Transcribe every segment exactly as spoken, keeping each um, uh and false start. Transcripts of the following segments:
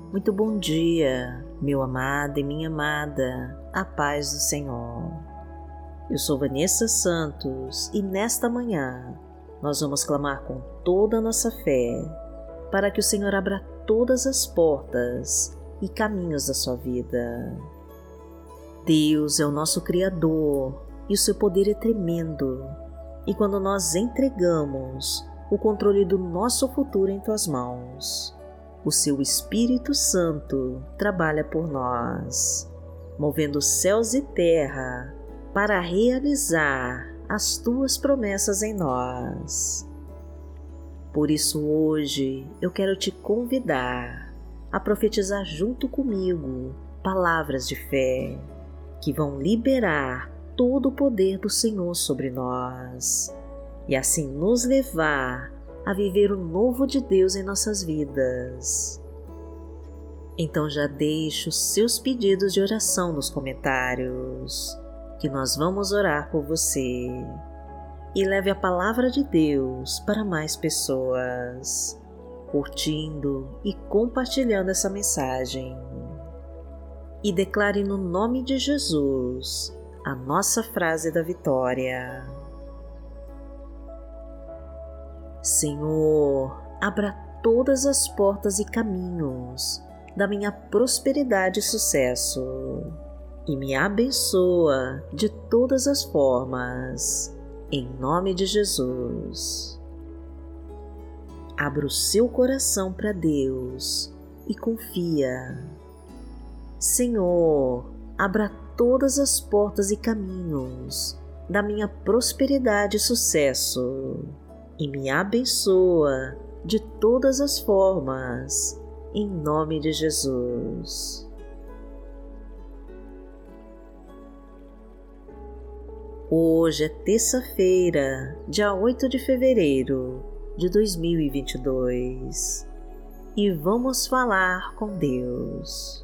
Muito bom dia, meu amado e minha amada, a paz do Senhor. Eu sou Vanessa Santos e nesta manhã nós vamos clamar com toda a nossa fé para que o Senhor abra todas as portas e caminhos da sua vida. Deus é o nosso Criador e o seu poder é tremendo, e quando nós entregamos o controle do nosso futuro em tuas mãos, o seu Espírito Santo trabalha por nós, movendo céus e terra para realizar as tuas promessas em nós. Por isso hoje eu quero te convidar a profetizar junto comigo palavras de fé que vão liberar todo o poder do Senhor sobre nós e assim nos levar a viver o novo de Deus em nossas vidas. Então já deixe os seus pedidos de oração nos comentários, que nós vamos orar por você. E leve a palavra de Deus para mais pessoas, curtindo e compartilhando essa mensagem. E declare no nome de Jesus a nossa frase da vitória. Senhor, abra todas as portas e caminhos da minha prosperidade e sucesso e me abençoa de todas as formas, em nome de Jesus. Abra o seu coração para Deus e confia. Senhor, abra todas as portas e caminhos da minha prosperidade e sucesso e me abençoa de todas as formas, em nome de Jesus. Hoje é terça-feira, dia oito de fevereiro de dois mil e vinte e dois, e vamos falar com Deus.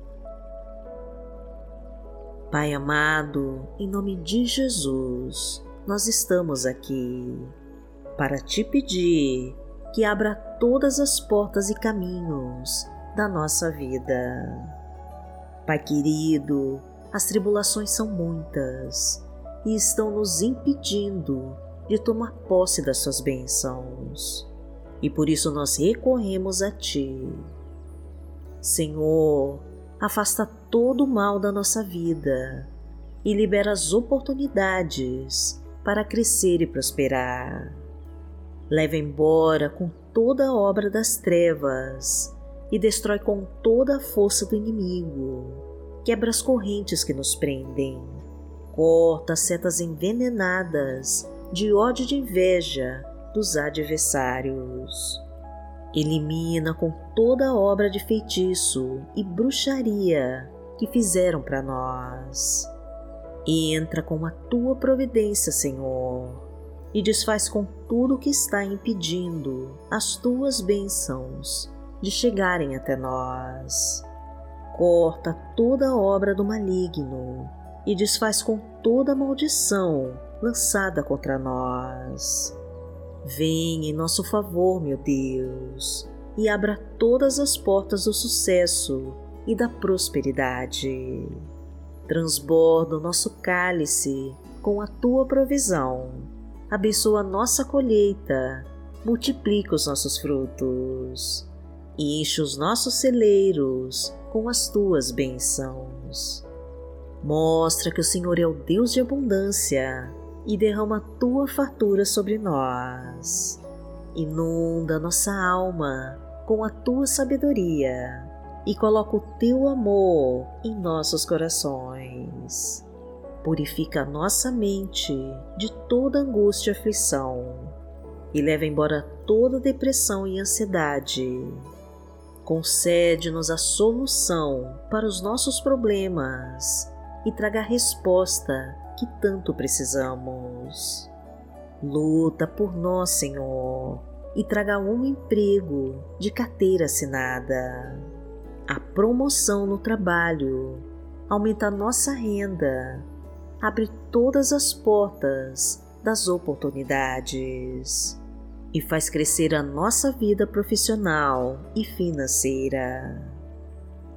Pai amado, em nome de Jesus, nós estamos aqui para te pedir que abra todas as portas e caminhos da nossa vida. Pai querido, as tribulações são muitas e estão nos impedindo de tomar posse das suas bênçãos, e por isso nós recorremos a Ti. Senhor, afasta todo o mal da nossa vida e libera as oportunidades para crescer e prosperar. Leva embora com toda a obra das trevas e destrói com toda a força do inimigo. Quebra as correntes que nos prendem. Corta as setas envenenadas de ódio e de inveja dos adversários. Elimina com toda a obra de feitiço e bruxaria que fizeram para nós. Entra com a tua providência, Senhor, e desfaz com tudo o que está impedindo as tuas bênçãos de chegarem até nós. Corta toda a obra do maligno e desfaz com toda a maldição lançada contra nós. Vem em nosso favor, meu Deus, e abra todas as portas do sucesso e da prosperidade. Transborda o nosso cálice com a tua provisão. Abençoa a nossa colheita, multiplica os nossos frutos e enche os nossos celeiros com as tuas bênçãos. Mostra que o Senhor é o Deus de abundância e derrama a tua fartura sobre nós. Inunda nossa alma com a tua sabedoria e coloca o teu amor em nossos corações. Purifica a nossa mente de toda angústia e aflição e leva embora toda depressão e ansiedade. Concede-nos a solução para os nossos problemas e traga a resposta que tanto precisamos. Luta por nós, Senhor, e traga um emprego de carteira assinada, a promoção no trabalho, aumenta a nossa renda, abre todas as portas das oportunidades e faz crescer a nossa vida profissional e financeira.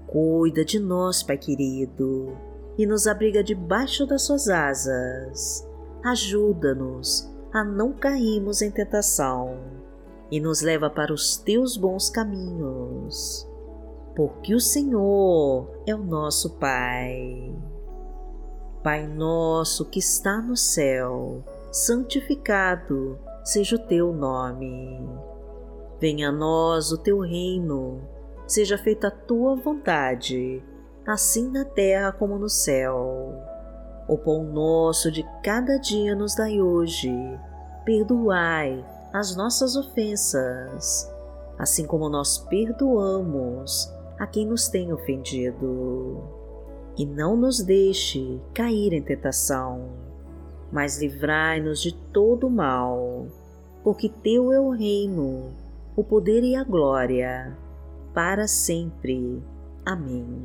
Cuida de nós, Pai querido, e nos abriga debaixo das suas asas. Ajuda-nos a não cairmos em tentação e nos leva para os teus bons caminhos, porque o Senhor é o nosso Pai. Pai nosso que está no céu, santificado seja o teu nome. Venha a nós o teu reino, seja feita a tua vontade, assim na terra como no céu. O pão nosso de cada dia nos dai hoje. Perdoai as nossas ofensas, assim como nós perdoamos a quem nos tem ofendido. E não nos deixe cair em tentação, mas livrai-nos de todo o mal, porque teu é o reino, o poder e a glória, para sempre. Amém.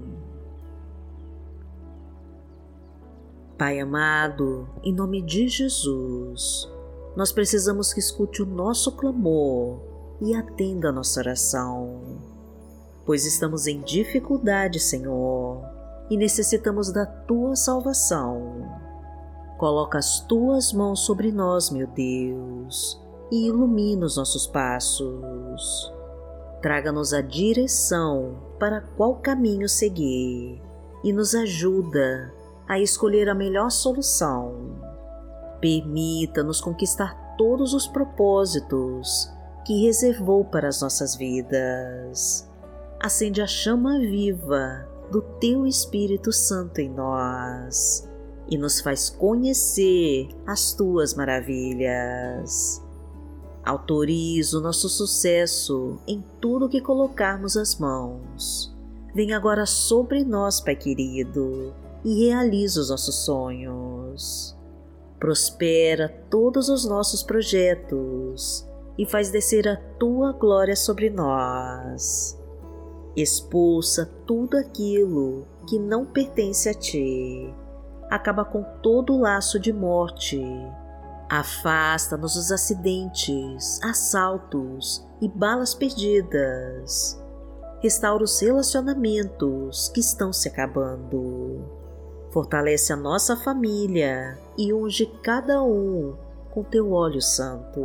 Pai amado, em nome de Jesus, nós precisamos que escute o nosso clamor e atenda a nossa oração, pois estamos em dificuldade, Senhor, e necessitamos da Tua salvação. Coloca as Tuas mãos sobre nós, meu Deus, e ilumina os nossos passos. Traga-nos a direção para qual caminho seguir e nos ajuda a escolher a melhor solução. Permita-nos conquistar todos os propósitos que reservou para as nossas vidas. Acende a chama viva do Teu Espírito Santo em nós e nos faz conhecer as Tuas maravilhas. Autoriza o nosso sucesso em tudo que colocarmos as mãos. Vem agora sobre nós, Pai querido, e realiza os nossos sonhos. Prospera todos os nossos projetos e faz descer a Tua glória sobre nós. Expulsa tudo aquilo que não pertence a Ti. Acaba com todo o laço de morte. Afasta-nos dos acidentes, assaltos e balas perdidas. Restaura os relacionamentos que estão se acabando. Fortalece a nossa família e unge cada um com Teu óleo santo,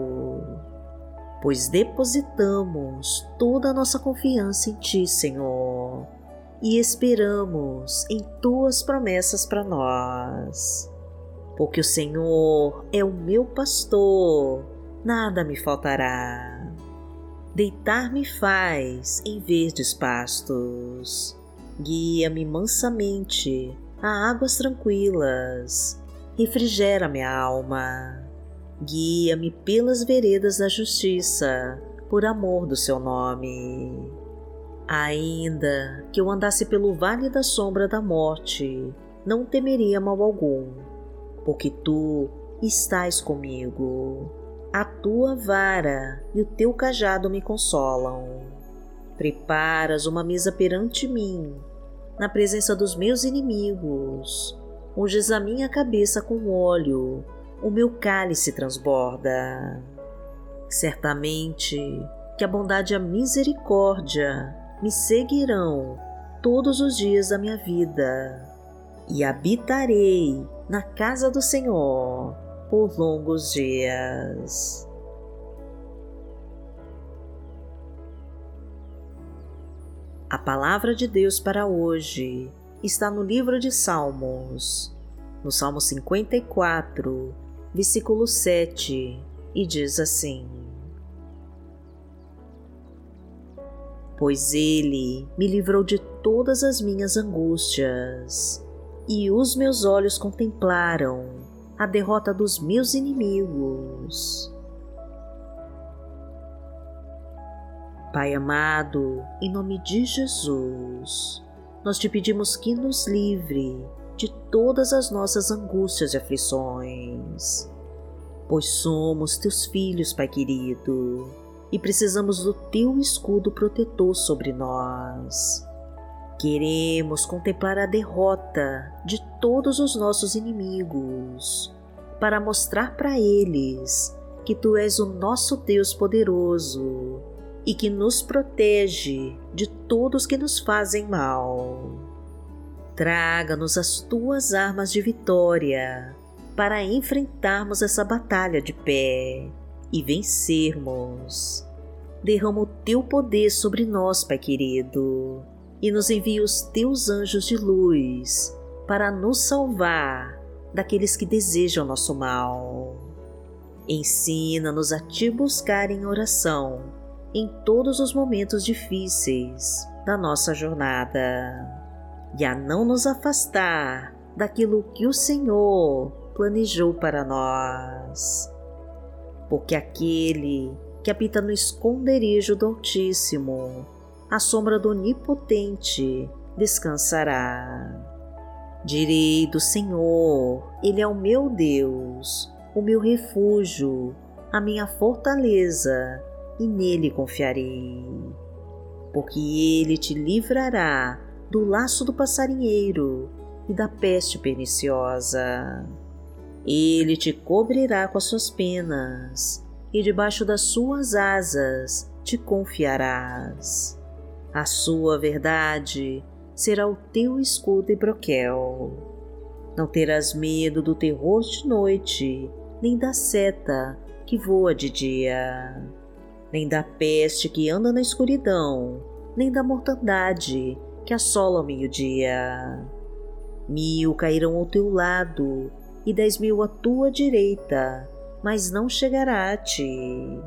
pois depositamos toda a nossa confiança em Ti, Senhor, e esperamos em Tuas promessas para nós. Porque o Senhor é o meu pastor, nada me faltará. Deitar-me faz em verdes pastos, guia-me mansamente a águas tranquilas, refrigera minha alma. Guia-me pelas veredas da justiça, por amor do Seu nome. Ainda que eu andasse pelo vale da sombra da morte, não temeria mal algum, porque Tu estás comigo. A Tua vara e o Teu cajado me consolam. Preparas uma mesa perante mim, na presença dos meus inimigos. Unges a minha cabeça com óleo, o meu cálice transborda. Certamente que a bondade e a misericórdia me seguirão todos os dias da minha vida, e habitarei na casa do Senhor por longos dias. A palavra de Deus para hoje está no livro de Salmos, no Salmo cinquenta e quatro, versículo sete, e diz assim: Pois Ele me livrou de todas as minhas angústias, e os meus olhos contemplaram a derrota dos meus inimigos. Pai amado, em nome de Jesus, nós Te pedimos que nos livre de todas as nossas angústias e aflições, pois somos Teus filhos, Pai querido, e precisamos do Teu escudo protetor sobre nós. Queremos contemplar a derrota de todos os nossos inimigos, para mostrar para eles que Tu és o nosso Deus poderoso e que nos protege de todos que nos fazem mal. Traga-nos as tuas armas de vitória para enfrentarmos essa batalha de pé e vencermos. Derrama o teu poder sobre nós, Pai querido, e nos envia os teus anjos de luz para nos salvar daqueles que desejam nosso mal. Ensina-nos a te buscar em oração em todos os momentos difíceis da nossa jornada e a não nos afastar daquilo que o Senhor planejou para nós. Porque aquele que habita no esconderijo do Altíssimo, à sombra do Onipotente, descansará. Direi do Senhor, Ele é o meu Deus, o meu refúgio, a minha fortaleza, e nele confiarei. Porque Ele te livrará do laço do passarinheiro e da peste perniciosa. Ele te cobrirá com as suas penas, e debaixo das suas asas te confiarás. A sua verdade será o teu escudo e broquel. Não terás medo do terror de noite, nem da seta que voa de dia, nem da peste que anda na escuridão, nem da mortandade que assola ao meio-dia. Mil cairão ao teu lado e dez mil à tua direita, mas não chegará a ti.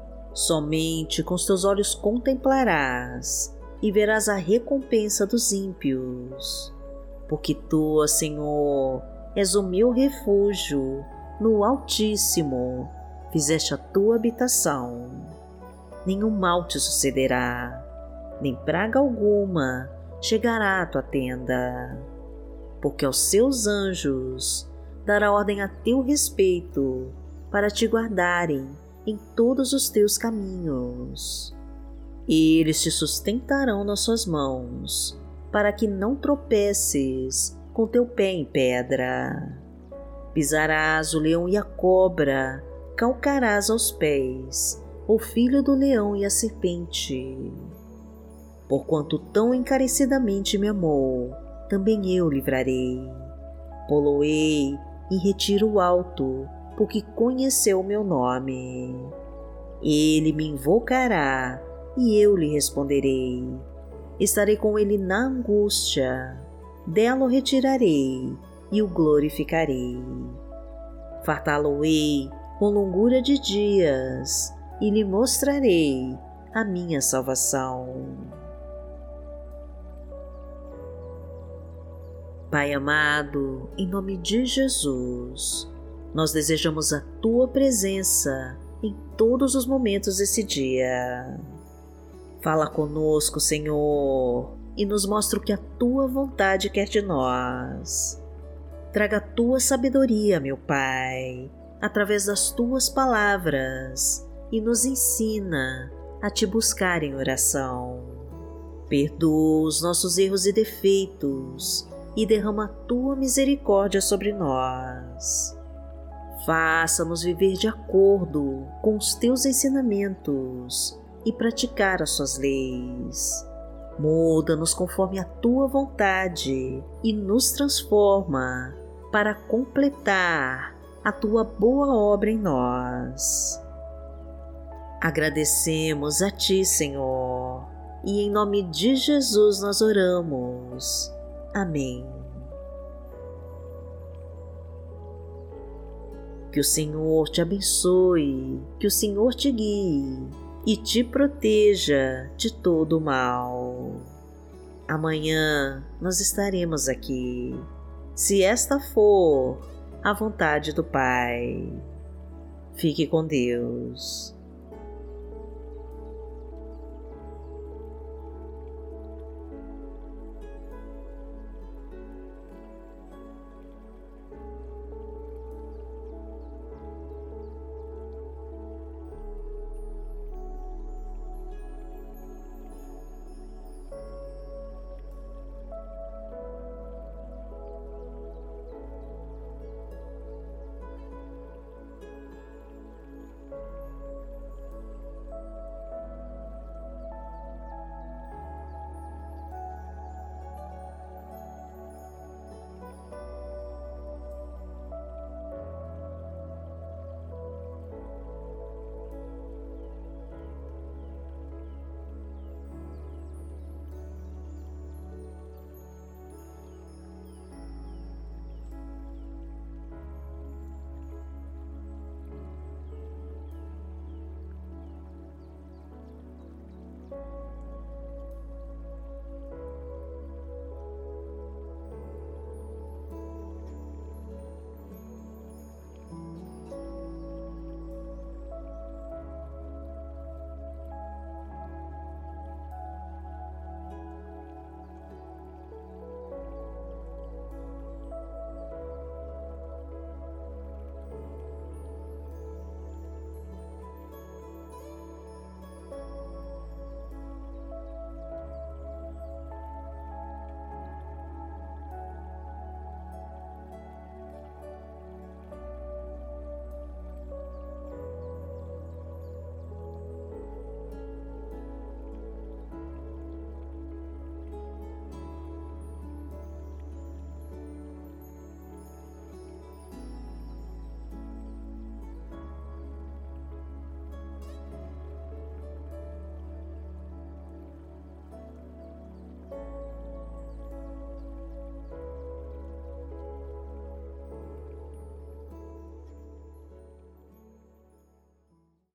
Somente com os teus olhos contemplarás e verás a recompensa dos ímpios. Porque tu, Senhor, és o meu refúgio, no Altíssimo fizeste a tua habitação. Nenhum mal te sucederá, nem praga alguma chegará à tua tenda. Porque aos seus anjos dará ordem a teu respeito, para te guardarem em todos os teus caminhos. Eles te sustentarão nas suas mãos, para que não tropeces com teu pé em pedra. Pisarás o leão e a cobra, calcarás aos pés o filho do leão e a serpente. Porquanto tão encarecidamente me amou, também eu livrarei. Poloei em retiro alto, porque conheceu o meu nome. Ele me invocará, e eu lhe responderei. Estarei com ele na angústia, dela o retirarei e o glorificarei. Fartá-lo-ei com longura de dias, e lhe mostrarei a minha salvação. Pai amado, em nome de Jesus, nós desejamos a Tua presença em todos os momentos desse dia. Fala conosco, Senhor, e nos mostra o que a Tua vontade quer de nós. Traga a Tua sabedoria, meu Pai, através das Tuas palavras, e nos ensina a Te buscar em oração. Perdoa os nossos erros e defeitos e derrama a Tua misericórdia sobre nós. Faça-nos viver de acordo com os Teus ensinamentos e praticar as Suas leis. Muda-nos conforme a Tua vontade e nos transforma para completar a Tua boa obra em nós. Agradecemos a Ti, Senhor, e em nome de Jesus nós oramos. Amém. Que o Senhor te abençoe, que o Senhor te guie e te proteja de todo o mal. Amanhã nós estaremos aqui, se esta for a vontade do Pai. Fique com Deus.